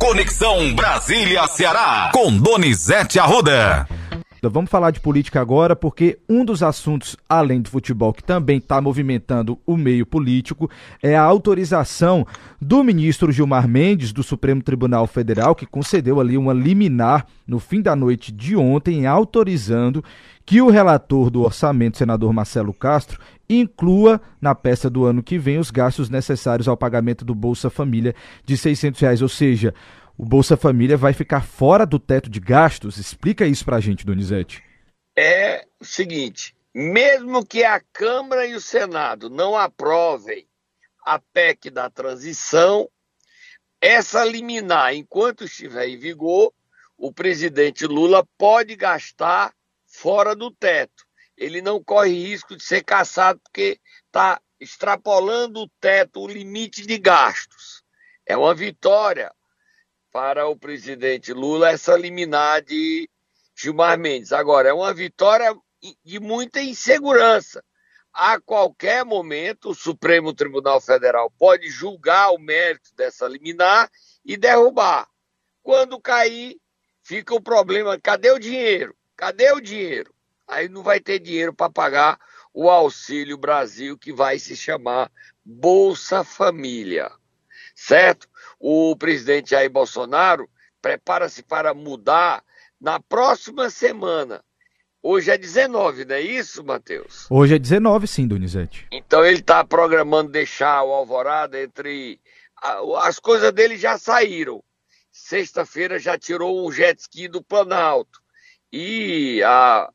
Conexão Brasília-Ceará, com Donizete Arruda. Vamos falar de política agora, porque um dos assuntos, além do futebol, que também está movimentando o meio político, é a autorização do ministro Gilmar Mendes, do Supremo Tribunal Federal, que concedeu ali uma liminar no fim da noite de ontem, autorizando que o relator do orçamento, senador Marcelo Castro, inclua na peça do ano que vem os gastos necessários ao pagamento do Bolsa Família de R$600, ou seja, o Bolsa Família vai ficar fora do teto de gastos? Explica isso pra gente, Donizete. É o seguinte, mesmo que a Câmara e o Senado não aprovem a PEC da transição, essa liminar, enquanto estiver em vigor, o presidente Lula pode gastar fora do teto. Ele não corre risco de ser cassado porque está extrapolando o teto, o limite de gastos. É uma vitória para o presidente Lula essa liminar de Gilmar Mendes. Agora, é uma vitória de muita insegurança. A qualquer momento, o Supremo Tribunal Federal pode julgar o mérito dessa liminar e derrubar. Quando cair, fica o problema, cadê o dinheiro? Cadê o dinheiro? Aí não vai ter dinheiro para pagar o Auxílio Brasil, que vai se chamar Bolsa Família. Certo? O presidente Jair Bolsonaro prepara-se para mudar na próxima semana. Hoje é 19, não é isso, Matheus? Hoje é 19, sim, Donizete. Então ele está programando deixar o Alvorada entre... As coisas dele já saíram. Sexta-feira já tirou um jet ski do Planalto. E a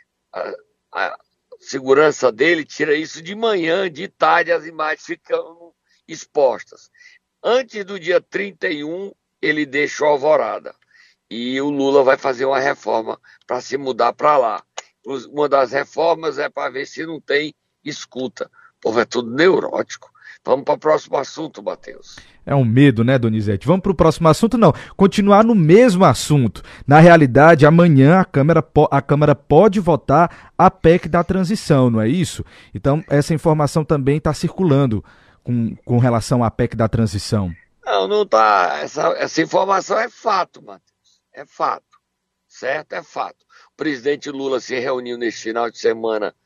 segurança dele tira isso de manhã, de tarde, as imagens ficam expostas. Antes do dia 31, ele deixa o Alvorada. E o Lula vai fazer uma reforma para se mudar para lá. Uma das reformas é para ver se não tem escuta. O povo é tudo neurótico. Vamos para o próximo assunto, Matheus. É um medo, né, Donizete? Vamos para o próximo assunto? Não, continuar no mesmo assunto. Na realidade, amanhã a Câmara pode votar a PEC da transição, não é isso? Então, essa informação também está circulando com relação à PEC da transição. Não está. Essa informação é fato, Matheus. É fato. Certo? É fato. O presidente Lula se reuniu neste final de semana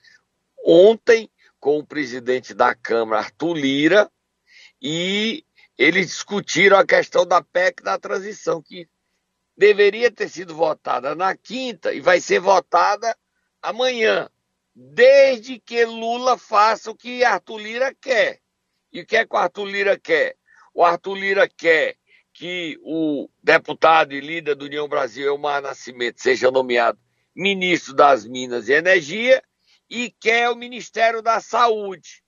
ontem com o presidente da Câmara, Arthur Lira, e eles discutiram a questão da PEC da transição, que deveria ter sido votada na quinta e vai ser votada amanhã, desde que Lula faça o que Arthur Lira quer. E o que é que o Arthur Lira quer? O Arthur Lira quer que o deputado e líder do União Brasil, Elmar Nascimento, seja nomeado ministro das Minas e Energia e quer o Ministério da Saúde.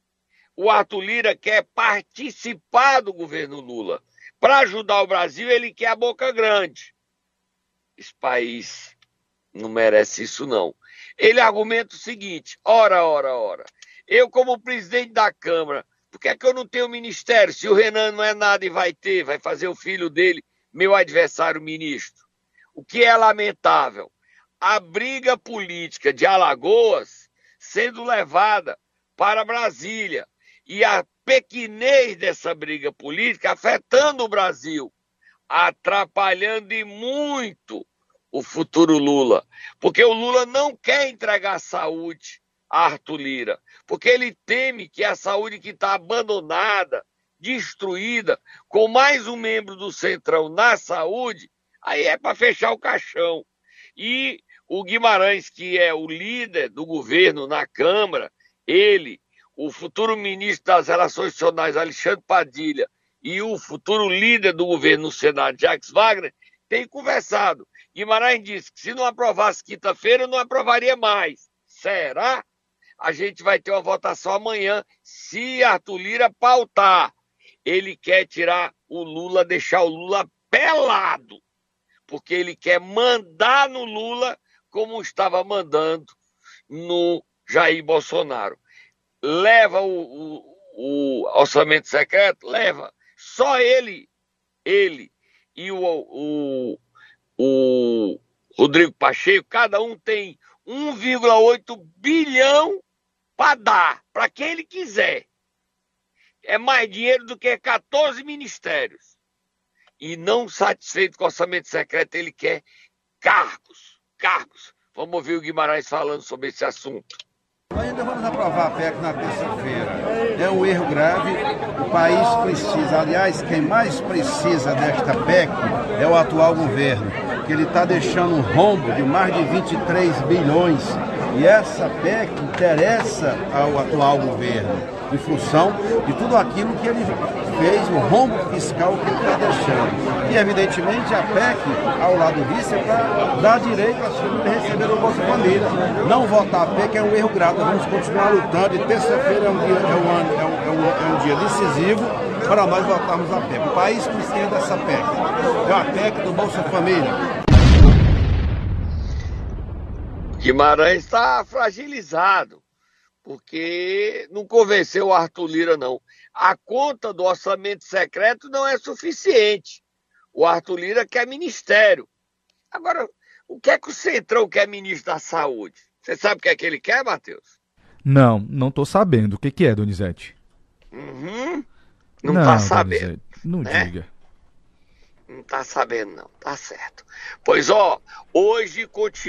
O Arthur Lira quer participar do governo Lula. Para ajudar o Brasil, ele quer a boca grande. Esse país não merece isso, não. Ele argumenta o seguinte, ora. Eu, como presidente da Câmara, por que é que eu não tenho ministério? Se o Renan não é nada e vai fazer o filho dele, meu adversário ministro. O que é lamentável? A briga política de Alagoas sendo levada para Brasília. E a pequenez dessa briga política afetando o Brasil, atrapalhando e muito o futuro Lula. Porque o Lula não quer entregar saúde a Arthur Lira, porque ele teme que a saúde que está abandonada, destruída, com mais um membro do Centrão na saúde, aí é para fechar o caixão. E o Guimarães, que é o líder do governo na Câmara, ele, o futuro ministro das Relações Institucionais, Alexandre Padilha, e o futuro líder do governo no Senado, Jacques Wagner, têm conversado. Guimarães disse que se não aprovasse quinta-feira, não aprovaria mais. Será? A gente vai ter uma votação amanhã, se Arthur Lira pautar. Ele quer tirar o Lula, deixar o Lula pelado, porque ele quer mandar no Lula como estava mandando no Jair Bolsonaro. Leva o orçamento secreto? Leva. Só ele e o Rodrigo Pacheco, cada um tem 1,8 bilhão para dar, para quem ele quiser. É mais dinheiro do que 14 ministérios. e não satisfeito com o orçamento secreto, ele quer cargos. Vamos ouvir o Guimarães falando sobre esse assunto. Nós ainda vamos aprovar a PEC na terça-feira. É um erro grave. O país precisa, aliás, quem mais precisa desta PEC é o atual governo, que ele está deixando um rombo de mais de 23 bilhões. E essa PEC interessa ao atual governo, em função de tudo aquilo que ele fez, o rombo fiscal que ele está deixando. E, evidentemente, a PEC, ao lado disso, é para dar direito às famílias receber o Bolsa Família. Não votar a PEC é um erro grave. Nós vamos continuar lutando e terça-feira é um dia decisivo para nós votarmos a PEC. O país precisa dessa PEC. É a PEC do Bolsa Família. Guimarães está fragilizado, porque não convenceu o Arthur Lira, não. A conta do orçamento secreto não é suficiente. O Arthur Lira quer ministério. Agora, o que é que o Centrão quer ministro da Saúde? Você sabe o que é que ele quer, Matheus? Não estou sabendo. O que é, Donizete? Não está sabendo. Donizete, não diga. Não está sabendo, não. Tá certo. Pois, hoje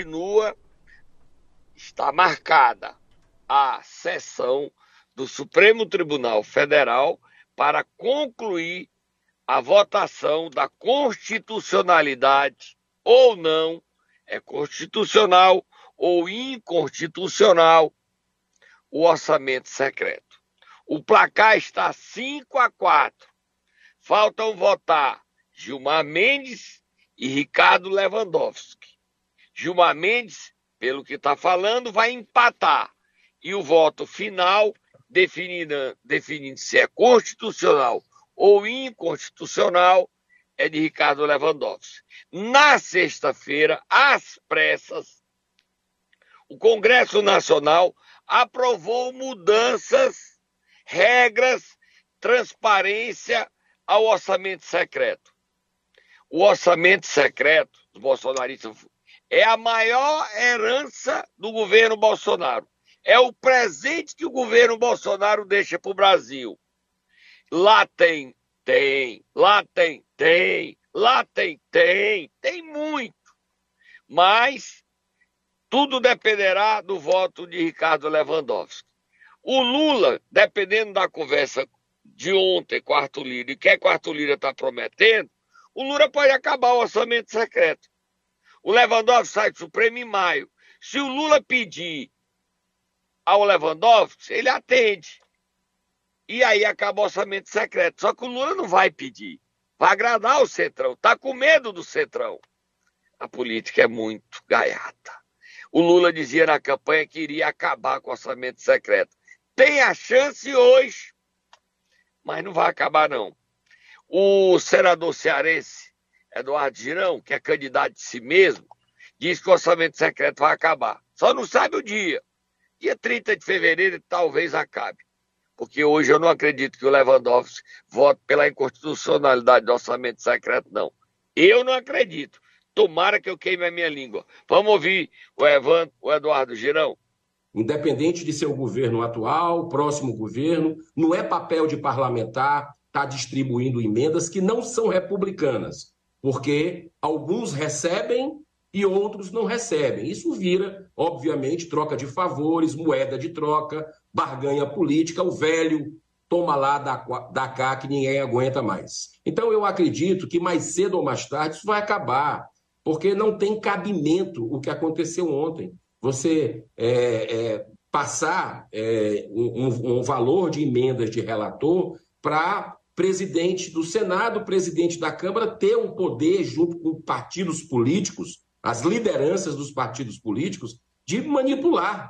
está marcada a sessão do Supremo Tribunal Federal para concluir a votação da constitucionalidade ou não, é constitucional ou inconstitucional, o orçamento secreto. O placar está 5-4. Faltam votar Gilmar Mendes e Ricardo Lewandowski. Gilmar Mendes, pelo que está falando, vai empatar. E o voto final, definindo se é constitucional ou inconstitucional, é de Ricardo Lewandowski. Na sexta-feira, às pressas, o Congresso Nacional aprovou mudanças, regras, transparência ao orçamento secreto. O orçamento secreto dos bolsonaristas é a maior herança do governo Bolsonaro. É o presente que o governo Bolsonaro deixa para o Brasil. Lá tem muito. Mas tudo dependerá do voto de Ricardo Lewandowski. O Lula, dependendo da conversa de ontem com o Arthur Lira e o que o Arthur Lira está prometendo, o Lula pode acabar o orçamento secreto. O Lewandowski sai do Supremo em maio. Se o Lula pedir ao Lewandowski, ele atende. E aí acaba o orçamento secreto. Só que o Lula não vai pedir. Vai agradar o Centrão. Está com medo do Centrão. A política é muito gaiata. O Lula dizia na campanha que iria acabar com o orçamento secreto. Tem a chance hoje, mas não vai acabar, não. O senador cearense, Eduardo Girão, que é candidato de si mesmo, diz que o orçamento secreto vai acabar. Só não sabe o dia. Dia 30 de fevereiro talvez acabe. Porque hoje eu não acredito que o Lewandowski vote pela inconstitucionalidade do orçamento secreto, não. Eu não acredito. Tomara que eu queime a minha língua. Vamos ouvir o Eduardo Girão? Independente de ser o governo atual, próximo governo, não é papel de parlamentar estar distribuindo emendas que não são republicanas, porque alguns recebem e outros não recebem. Isso vira, obviamente, troca de favores, moeda de troca, barganha política, o velho toma lá da cá que ninguém aguenta mais. Então eu acredito que mais cedo ou mais tarde isso vai acabar, porque não tem cabimento o que aconteceu ontem. Você passar um valor de emendas de relator para presidente do Senado, presidente da Câmara, ter um poder junto com partidos políticos, as lideranças dos partidos políticos, de manipular.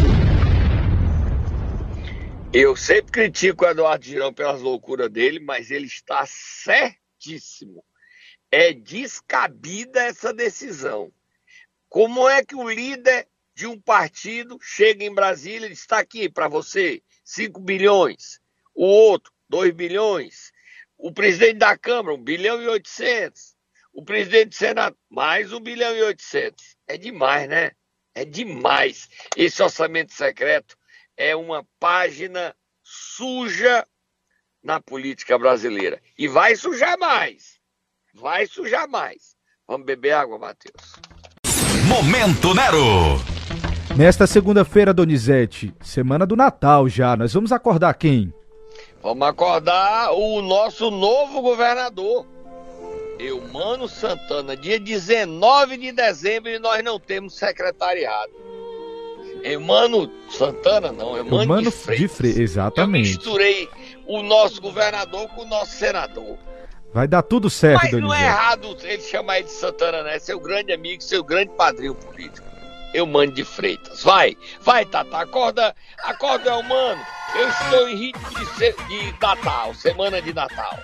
Eu sempre critico o Eduardo Girão pelas loucuras dele, mas ele está certíssimo. É descabida essa decisão. Como é que o líder de um partido chega em Brasília e está aqui para você 5 bilhões, o outro 2 bilhões, o presidente da Câmara 1 bilhão e 800, o presidente do Senado mais 1 bilhão e 800. É demais, né? É demais. Esse orçamento secreto é uma página suja na política brasileira. E vai sujar mais. vai sujar mais. Vamos beber água, Matheus. Momento Nero. Nesta segunda-feira, Donizete, semana do Natal já, nós vamos acordar quem? Vamos acordar o nosso novo governador, Eumano Santana. Dia 19 de dezembro e nós não temos secretariado. Eumano Santana, não, Eumano de Freitas. Exatamente. Eu misturei o nosso governador com o nosso senador. Vai dar tudo certo, Mas Donizete. não é errado ele chamar ele de Santana, né? Seu grande amigo, seu grande padrinho político. Eumano de Freitas. Vai, Tata, acorda, Eumano. Eu estou em ritmo de Natal, semana de Natal.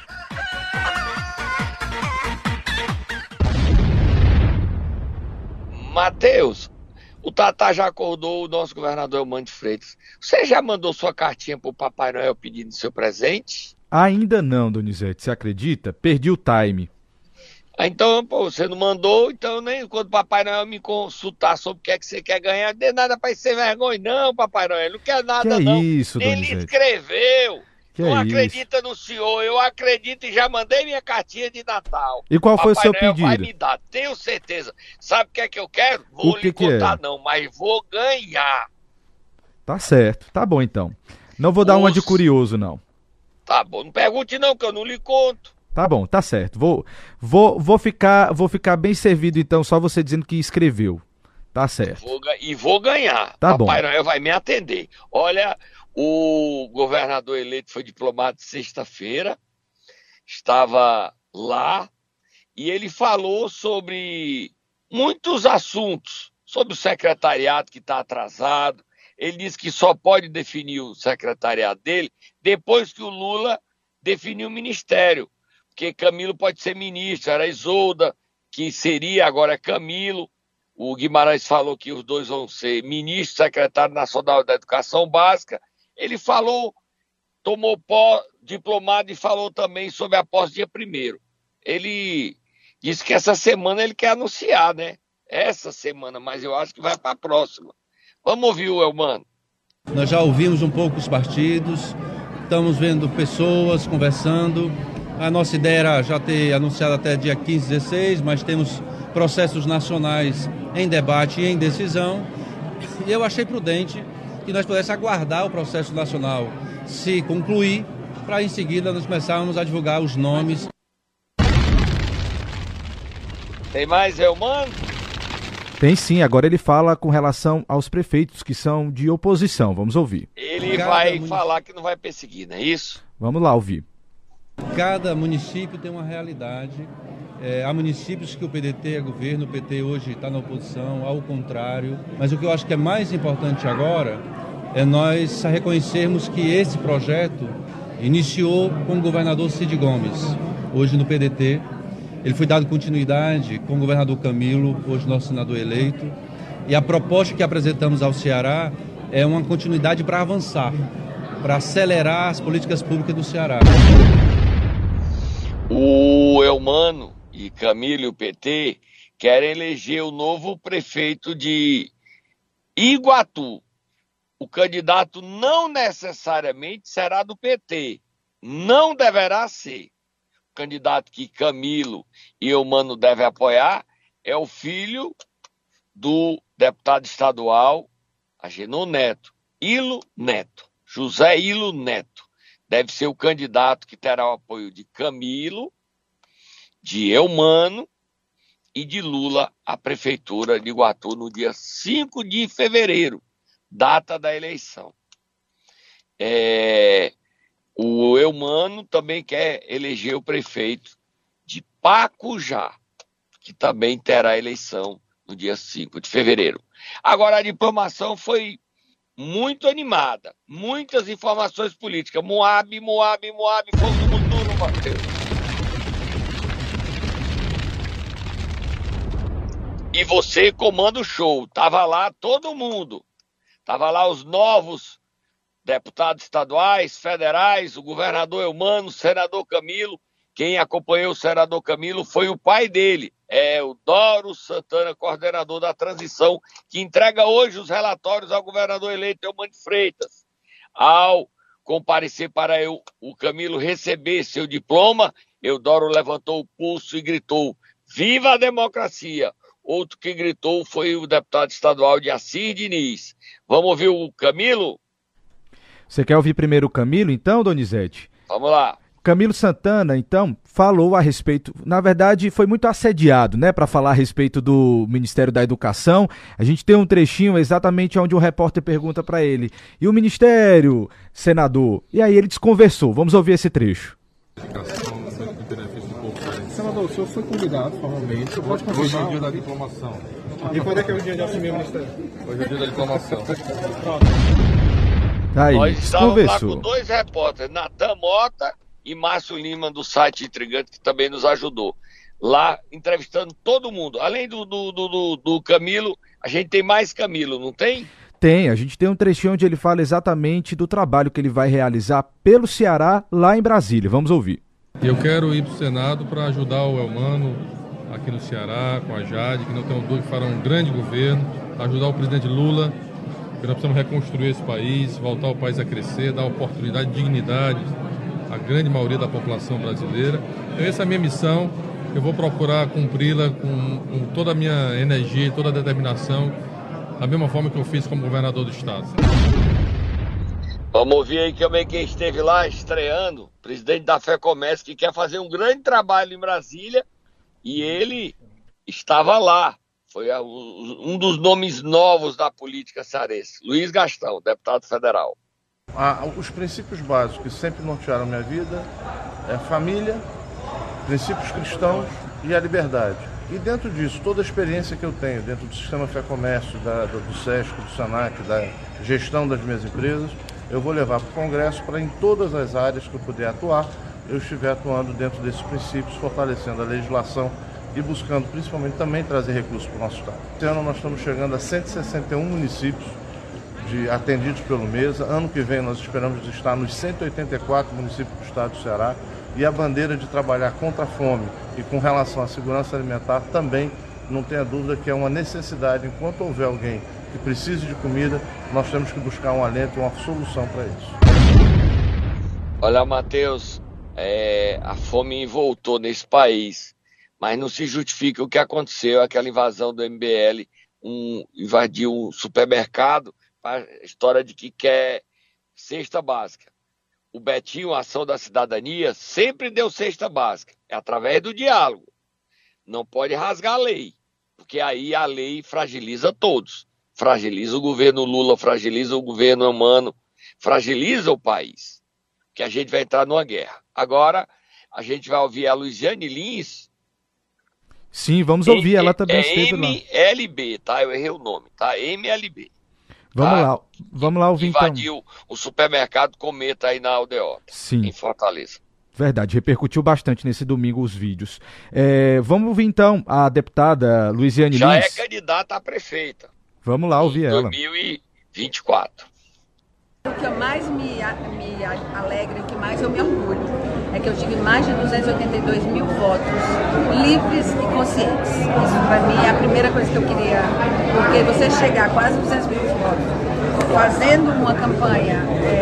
Matheus, o Tata já acordou o nosso governador Eumano de Freitas. Você já mandou sua cartinha pro Papai Noel pedindo seu presente? Ainda não, Donizete, você acredita? Perdi o time. Então, pô, você não mandou, então nem quando o Papai Noel me consultar sobre o que é que você quer ganhar, não dê nada pra ser vergonha, não, Papai Noel, não quer nada, que não. Isso, nem Donizete. lhe escreveu. Que não é acredita no senhor, eu acredito e já mandei minha cartinha de Natal. E qual foi o seu Papai Noel pedido? vai me dar, tenho certeza. Sabe o que é que eu quero? Vou lhe contar, não, mas vou ganhar. Tá certo, tá bom então. Não vou dar uma de curioso, não. Tá bom, não pergunte não, que eu não lhe conto. Tá bom, tá certo. Vou ficar bem servido então, só você dizendo que escreveu. Tá certo. Vou ganhar. Tá Papai bom. Noel vai me atender. Olha, o governador eleito foi diplomado sexta-feira, estava lá e ele falou sobre muitos assuntos, sobre o secretariado que está atrasado. Ele disse que só pode definir o secretariado dele depois que o Lula definir o ministério. Porque Camilo pode ser ministro, era Isolda, que seria, agora é Camilo. O Guimarães falou que os dois vão ser ministro, secretário nacional da Educação Básica. Ele falou, tomou diplomado e falou também sobre a posse dia 1º. Ele disse que essa semana ele quer anunciar, né? Essa semana, mas eu acho que vai para a próxima. Vamos ouvir o Eumano. Nós já ouvimos um pouco os partidos, estamos vendo pessoas conversando. A nossa ideia era já ter anunciado até dia 15, 16, mas temos processos nacionais em debate e em decisão. E eu achei prudente que nós pudéssemos aguardar o processo nacional se concluir, para em seguida nós começarmos a divulgar os nomes. Tem mais, Eumano? Tem sim, agora ele fala com relação aos prefeitos que são de oposição. Vamos ouvir. Ele vai falar que não vai perseguir, não é isso? Vamos lá ouvir. Cada município tem uma realidade. Há municípios que o PDT é governo, o PT hoje está na oposição, ao contrário. Mas o que eu acho que é mais importante agora é nós reconhecermos que esse projeto iniciou com o governador Cid Gomes, hoje no PDT. Ele foi dado continuidade com o governador Camilo, hoje nosso senador eleito. E a proposta que apresentamos ao Ceará é uma continuidade para avançar, para acelerar as políticas públicas do Ceará. O Eumano e Camilo e o PT querem eleger o novo prefeito de Iguatu. O candidato não necessariamente será do PT, não deverá ser. O candidato que Camilo e Eumano devem apoiar é o filho do deputado estadual Agenor Neto, Ilo Neto, José Ilo Neto. Deve ser o candidato que terá o apoio de Camilo, de Eumano e de Lula à prefeitura de Iguatu no dia 5 de fevereiro, data da eleição. O Eumano também quer eleger o prefeito de Pacujá, que também terá eleição no dia 5 de fevereiro. Agora, a diplomação foi muito animada, muitas informações políticas. Moab, fogo do Muturo, Matheus. E você comanda o show, tava lá todo mundo, tava lá os novos deputados estaduais, federais, o governador Eumano, o senador Camilo. Quem acompanhou o senador Camilo foi o pai dele, o Doro Santana, coordenador da transição, que entrega hoje os relatórios ao governador eleito Eumano de Freitas. Ao comparecer para o Camilo receber seu diploma, Eudoro levantou o pulso e gritou: viva a democracia! Outro que gritou foi o deputado estadual de Assis Diniz. Vamos ouvir o Camilo? Você quer ouvir primeiro o Camilo, então, Donizete? Vamos lá. Camilo Santana, então, falou a respeito, na verdade foi muito assediado, né, para falar a respeito do Ministério da Educação. A gente tem um trechinho exatamente onde o repórter pergunta para ele: e o Ministério, senador? E aí ele desconversou. Vamos ouvir esse trecho. Senador, o senhor foi convidado formalmente. Você pode confirmar? Hoje é o dia da diplomação. E quando é que é o dia de assumir o Ministério? Hoje é o dia da diplomação. Aí, Nós estávamos lá desconversou. com 2 repórteres, Natan Mota e Márcio Lima, do site Intrigante, que também nos ajudou. Lá, entrevistando todo mundo. Além do Camilo, a gente tem mais Camilo, não tem? Tem, a gente tem um trechinho onde ele fala exatamente do trabalho que ele vai realizar pelo Ceará, lá em Brasília. Vamos ouvir. Eu quero ir para o Senado para ajudar o Elmano aqui no Ceará, com a Jade, que não tenho dúvida que fará um grande governo, ajudar o presidente Lula, que nós precisamos reconstruir esse país, voltar o país a crescer, dar oportunidade, dignidade à grande maioria da população brasileira. Então essa é a minha missão, eu vou procurar cumpri-la com toda a minha energia e toda a determinação, da mesma forma que eu fiz como governador do estado. Vamos ouvir aí também quem esteve lá estreando, presidente da FEComércio, que quer fazer um grande trabalho em Brasília, e ele estava lá. Foi um dos nomes novos da política cearense, Luiz Gastão, deputado federal. Os princípios básicos que sempre nortearam minha vida é a família, princípios cristãos e a liberdade. E dentro disso, toda a experiência que eu tenho dentro do sistema FEComércio, do SESC, do SENAC, da gestão das minhas empresas, eu vou levar para o Congresso para, em todas as áreas que eu puder atuar, eu estiver atuando dentro desses princípios, fortalecendo a legislação e buscando principalmente também trazer recursos para o nosso estado. Esse ano nós estamos chegando a 161 municípios atendidos pelo MESA. Ano que vem nós esperamos estar nos 184 municípios do estado do Ceará, e a bandeira de trabalhar contra a fome e com relação à segurança alimentar também, não tenha dúvida que é uma necessidade. Enquanto houver alguém que precise de comida, nós temos que buscar um alento, uma solução para isso. Olha, Matheus, a fome voltou nesse país, mas não se justifica o que aconteceu, aquela invasão do MBL, invadiu um supermercado, a história de que quer cesta básica. O Betinho, a Ação da Cidadania, sempre deu cesta básica, é através do diálogo. Não pode rasgar a lei, porque aí a lei fragiliza todos. Fragiliza o governo Lula, fragiliza o governo Elmano, fragiliza o país, que a gente vai entrar numa guerra. Agora, a gente vai ouvir a Luiziane Lins. Sim, vamos ouvir, ela também esteve lá. MLB, tá? Eu errei o nome, tá? MLB. Vamos lá ouvir invadiu o supermercado Cometa aí na Aldeota, sim, em Fortaleza. Verdade, repercutiu bastante nesse domingo os vídeos. Vamos ouvir então a deputada Luiziane Lins. Já é candidata a prefeita. Vamos lá ouvir ela. 2024. O que mais me alegra e o que mais eu me orgulho é que eu tive mais de 282 mil votos livres e conscientes. Isso para mim é a primeira coisa que eu queria, porque você chegar a quase 200 mil votos fazendo uma campanha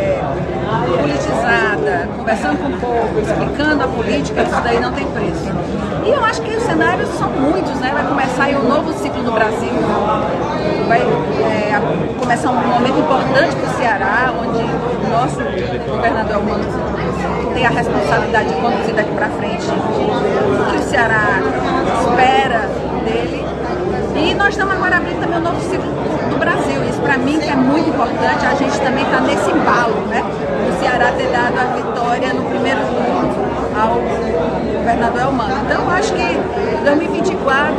politizada, conversando com o povo, explicando a política, isso daí não tem preço. E eu acho que os cenários são muitos, né? Vai começar aí um novo ciclo no Brasil, vai começar um momento importante para o Ceará, onde o nosso governador Elmano tem a responsabilidade de conduzir daqui para frente o que o Ceará espera dele. E nós estamos agora abrindo também um novo ciclo do Brasil. Isso para mim que é muito importante, a gente também está nesse embalo, né? O Ceará ter dado a vitória no primeiro turno ao governador Elmano. Então eu acho que 2024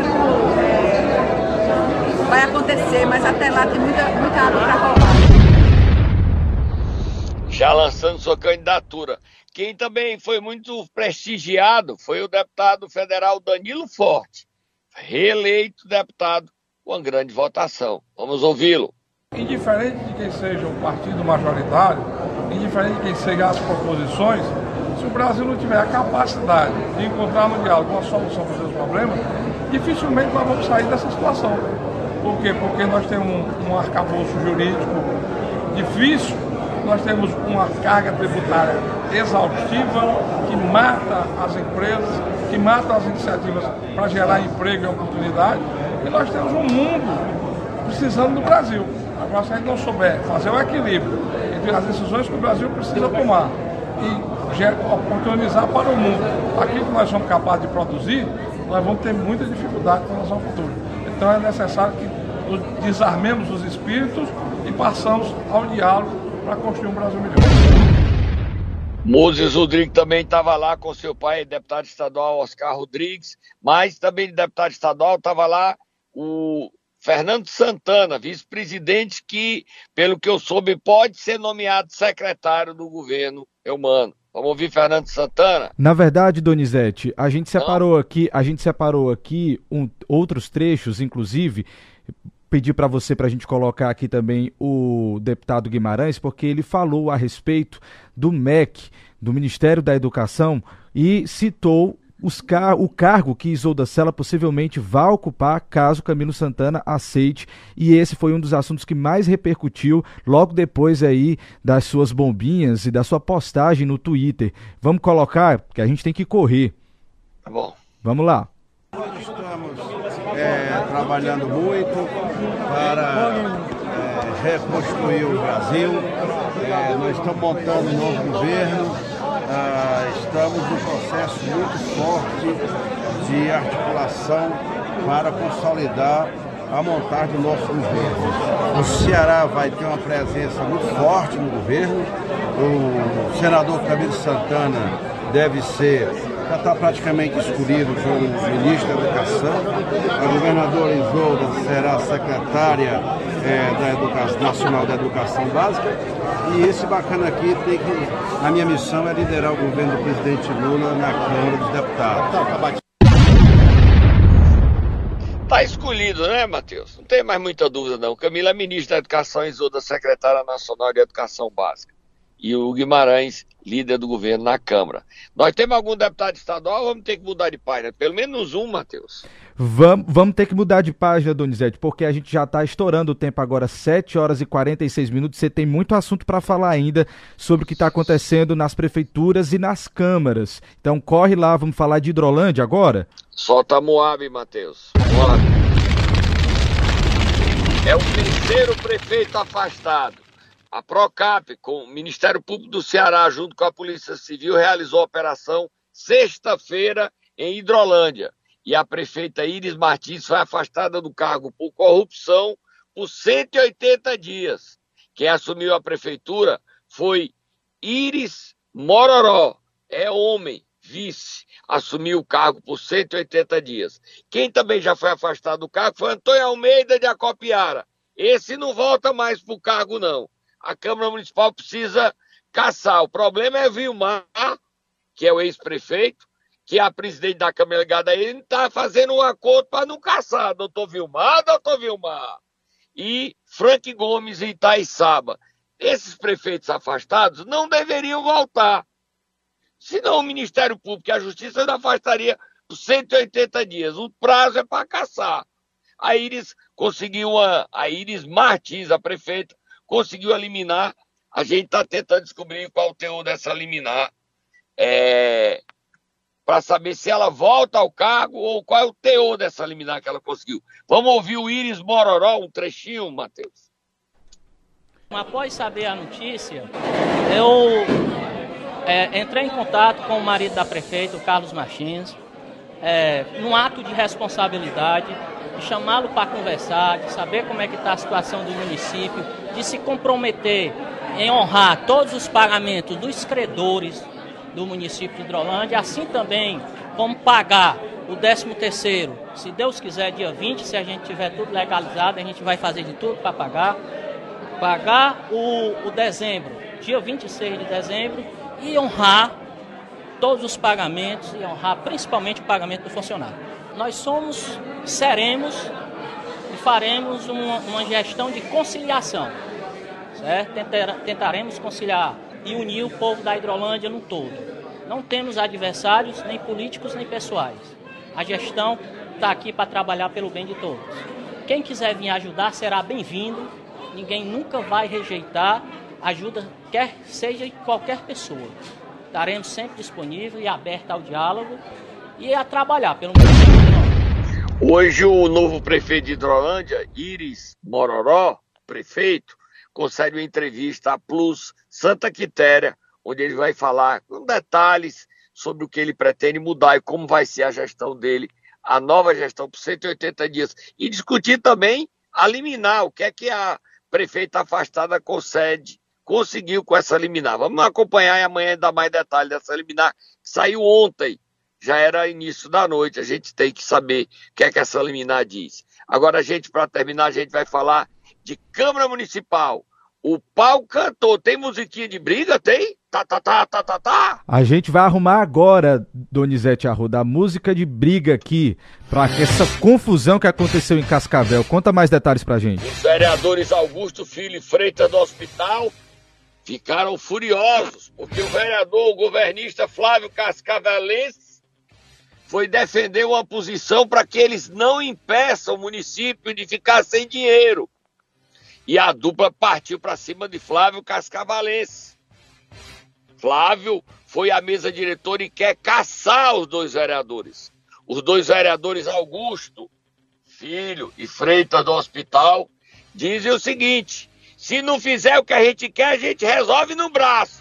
vai acontecer, mas até lá tem muita água para rolar. Já lançando sua candidatura. Quem também foi muito prestigiado foi o deputado federal Danilo Forte, reeleito deputado com uma grande votação. Vamos ouvi-lo. Indiferente de quem seja o partido majoritário, indiferente de quem sejam as proposições, se o Brasil não tiver a capacidade de encontrar no diálogo uma solução para os seus problemas, dificilmente nós vamos sair dessa situação. Por quê? Porque nós temos um arcabouço jurídico difícil nós temos uma carga tributária exaustiva que mata as empresas, que mata as iniciativas para gerar emprego e oportunidade, e nós temos um mundo precisando do Brasil. Agora, se a gente não souber fazer o equilíbrio entre as decisões que o Brasil precisa tomar e oportunizar para o mundo aquilo que nós somos capazes de produzir, nós vamos ter muita dificuldade com relação ao futuro. Então é necessário que desarmemos os espíritos e passamos ao diálogo para construir um Brasil melhor. Moses Rodrigues também estava lá com seu pai, deputado estadual Oscar Rodrigues, mas também deputado estadual estava lá o Fernando Santana, vice-presidente que, pelo que eu soube, pode ser nomeado secretário do governo Eumano. Vamos ouvir Fernando Santana? Na verdade, Donizete, a gente separou aqui outros trechos, inclusive pedir para você, para a gente colocar aqui também o deputado Guimarães, porque ele falou a respeito do MEC, do Ministério da Educação, e citou o cargo que Isolda Sela possivelmente vai ocupar caso Camilo Santana aceite, e esse foi um dos assuntos que mais repercutiu logo depois aí das suas bombinhas e da sua postagem no Twitter. Vamos colocar, porque a gente tem que correr. Tá bom. Vamos lá. Estamos trabalhando muito para reconstruir o Brasil. Nós estamos montando um novo governo. Estamos num processo muito forte de articulação para consolidar a montagem do nosso governo. O Ceará vai ter uma presença muito forte no governo. O senador Camilo Santana já está praticamente escolhido como ministro da Educação. A governadora Isolda será secretária Nacional da Educação Básica. E esse bacana aqui a minha missão é liderar o governo do presidente Lula na Câmara dos Deputados. Está escolhido, né, Matheus? Não tem mais muita dúvida, não. Camilo é ministro da Educação, Isolda secretária nacional de Educação Básica. E o Guimarães, líder do governo na Câmara. Nós temos algum deputado estadual ou vamos ter que mudar de página? Pelo menos um, Matheus. Vamos ter que mudar de página, Donizete, porque a gente já está estourando o tempo agora, 7 horas e 46 minutos. Você tem muito assunto para falar ainda sobre o que está acontecendo nas prefeituras e nas câmaras. Então corre lá, vamos falar de Hidrolândia agora? Solta Moab, Matheus. Moab. É o terceiro prefeito afastado. A Procap, com o Ministério Público do Ceará, junto com a Polícia Civil, realizou a operação sexta-feira em Hidrolândia. E a prefeita Iris Martins foi afastada do cargo por corrupção por 180 dias. Quem assumiu a prefeitura foi Iris Mororó, é homem, vice, assumiu o cargo por 180 dias. Quem também já foi afastado do cargo foi Antônio Almeida de Acopiara. Esse não volta mais para o cargo, não. A Câmara Municipal precisa caçar. O problema é Vilmar, que é o ex-prefeito, que é a presidente da Câmara ligada a ele, está fazendo um acordo para não caçar. Doutor Vilmar. E Frank Gomes e Itaiçaba. Esses prefeitos afastados não deveriam voltar. Senão o Ministério Público e a Justiça ainda afastaria por 180 dias. O prazo é para caçar. A Iris Martins, a prefeita, conseguiu eliminar. A gente está tentando descobrir qual o teor dessa liminar, para saber se ela volta ao cargo ou qual é o teor dessa liminar que ela conseguiu. Vamos ouvir o Iris Mororó, um trechinho, Matheus. Após saber a notícia, eu entrei em contato com o marido da prefeita, o Carlos Martins, num ato de responsabilidade, de chamá-lo para conversar, de saber como é que está a situação do município, de se comprometer em honrar todos os pagamentos dos credores do município de Hidrolândia, assim também vamos pagar o 13º, se Deus quiser, dia 20, se a gente tiver tudo legalizado, a gente vai fazer de tudo para pagar o dezembro, dia 26 de dezembro, e honrar todos os pagamentos, e honrar principalmente o pagamento do funcionário. Nós seremos e faremos uma gestão de conciliação, certo? Tentaremos conciliar e unir o povo da Hidrolândia no todo. Não temos adversários, nem políticos, nem pessoais. A gestão está aqui para trabalhar pelo bem de todos. Quem quiser vir ajudar será bem-vindo, ninguém nunca vai rejeitar ajuda, quer seja de qualquer pessoa. Estaremos sempre disponíveis e abertos ao diálogo e a trabalhar pelo município. Hoje o novo prefeito de Hidrolândia, Iris Mororó, prefeito, concede uma entrevista à Plus Santa Quitéria, onde ele vai falar com detalhes sobre o que ele pretende mudar e como vai ser a gestão dele, a nova gestão por 180 dias. E discutir também a liminar, o que é que a prefeita afastada conseguiu com essa liminar. Vamos acompanhar e amanhã dar mais detalhes dessa liminar, que saiu ontem, já era início da noite, a gente tem que saber o que é que essa liminar diz. Agora, para terminar, a gente vai falar de Câmara Municipal. O pau cantou. Tem musiquinha de briga? Tem? Tá. A gente vai arrumar agora, Donizete Arruda, a música de briga aqui, para essa confusão que aconteceu em Cascavel. Conta mais detalhes pra gente. Os vereadores Augusto Filho e Freitas do Hospital ficaram furiosos, porque o governista Flávio Cascavelense foi defender uma posição para que eles não impeçam o município de ficar sem dinheiro. E a dupla partiu para cima de Flávio Cascavelense. Flávio foi à mesa diretora e quer caçar os dois vereadores. Os dois vereadores Augusto Filho e Freitas do Hospital dizem o seguinte: se não fizer o que a gente quer, a gente resolve no braço.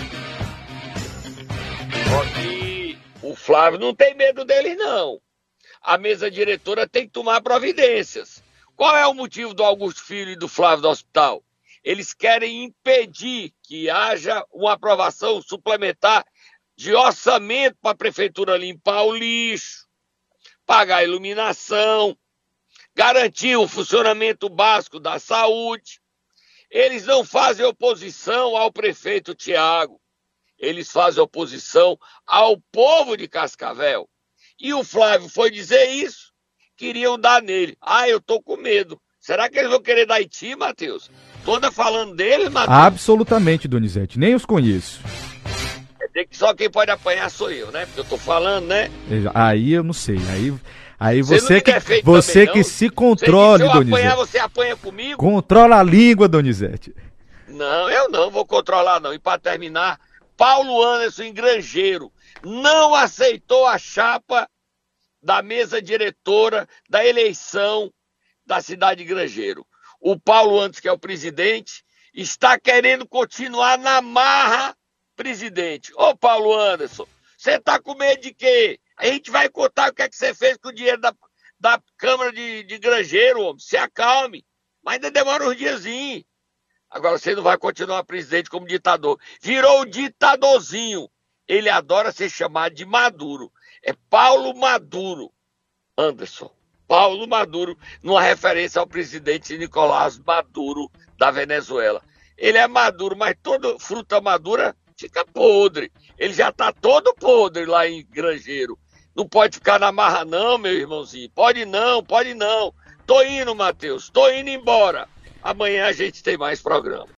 Porque o Flávio não tem medo deles, não. A mesa diretora tem que tomar providências. Qual é o motivo do Augusto Filho e do Flávio do Hospital? Eles querem impedir que haja uma aprovação suplementar de orçamento para a prefeitura limpar o lixo, pagar a iluminação, garantir o funcionamento básico da saúde. Eles não fazem oposição ao prefeito Tiago, eles fazem oposição ao povo de Cascavel. E o Flávio foi dizer isso, queriam dar nele. Eu tô com medo. Será que eles vão querer dar em ti, Matheus? Toda falando deles, Matheus? Absolutamente, Donizete. Nem os conheço. Quer dizer que só quem pode apanhar sou eu, né? Porque eu tô falando, né? Aí eu não sei. Aí você que se controle, Donizete. Se eu apanhar, você apanha comigo? Controla a língua, Donizete. Não, eu não vou controlar, não. E para terminar, Paulo Anderson em Grangeiro não aceitou a chapa da mesa diretora da eleição da cidade de Grangeiro. O Paulo Anderson, que é o presidente, está querendo continuar na marra presidente. Ô Paulo Anderson, você tá com medo de quê? A gente vai contar o que é que você fez com o dinheiro da Câmara de Grangeiro, homem. Se acalme. Mas ainda demora uns diazinhos. Agora você não vai continuar presidente como ditador. Virou o ditadorzinho. Ele adora ser chamado de Maduro. É Paulo Maduro Anderson. Paulo Maduro, numa referência ao presidente Nicolás Maduro da Venezuela. Ele é maduro, mas toda fruta madura fica podre. Ele já está todo podre lá em Grangeiro. Não pode ficar na marra não, meu irmãozinho. Pode não. Tô indo, Matheus. Tô indo embora. Amanhã a gente tem mais programa.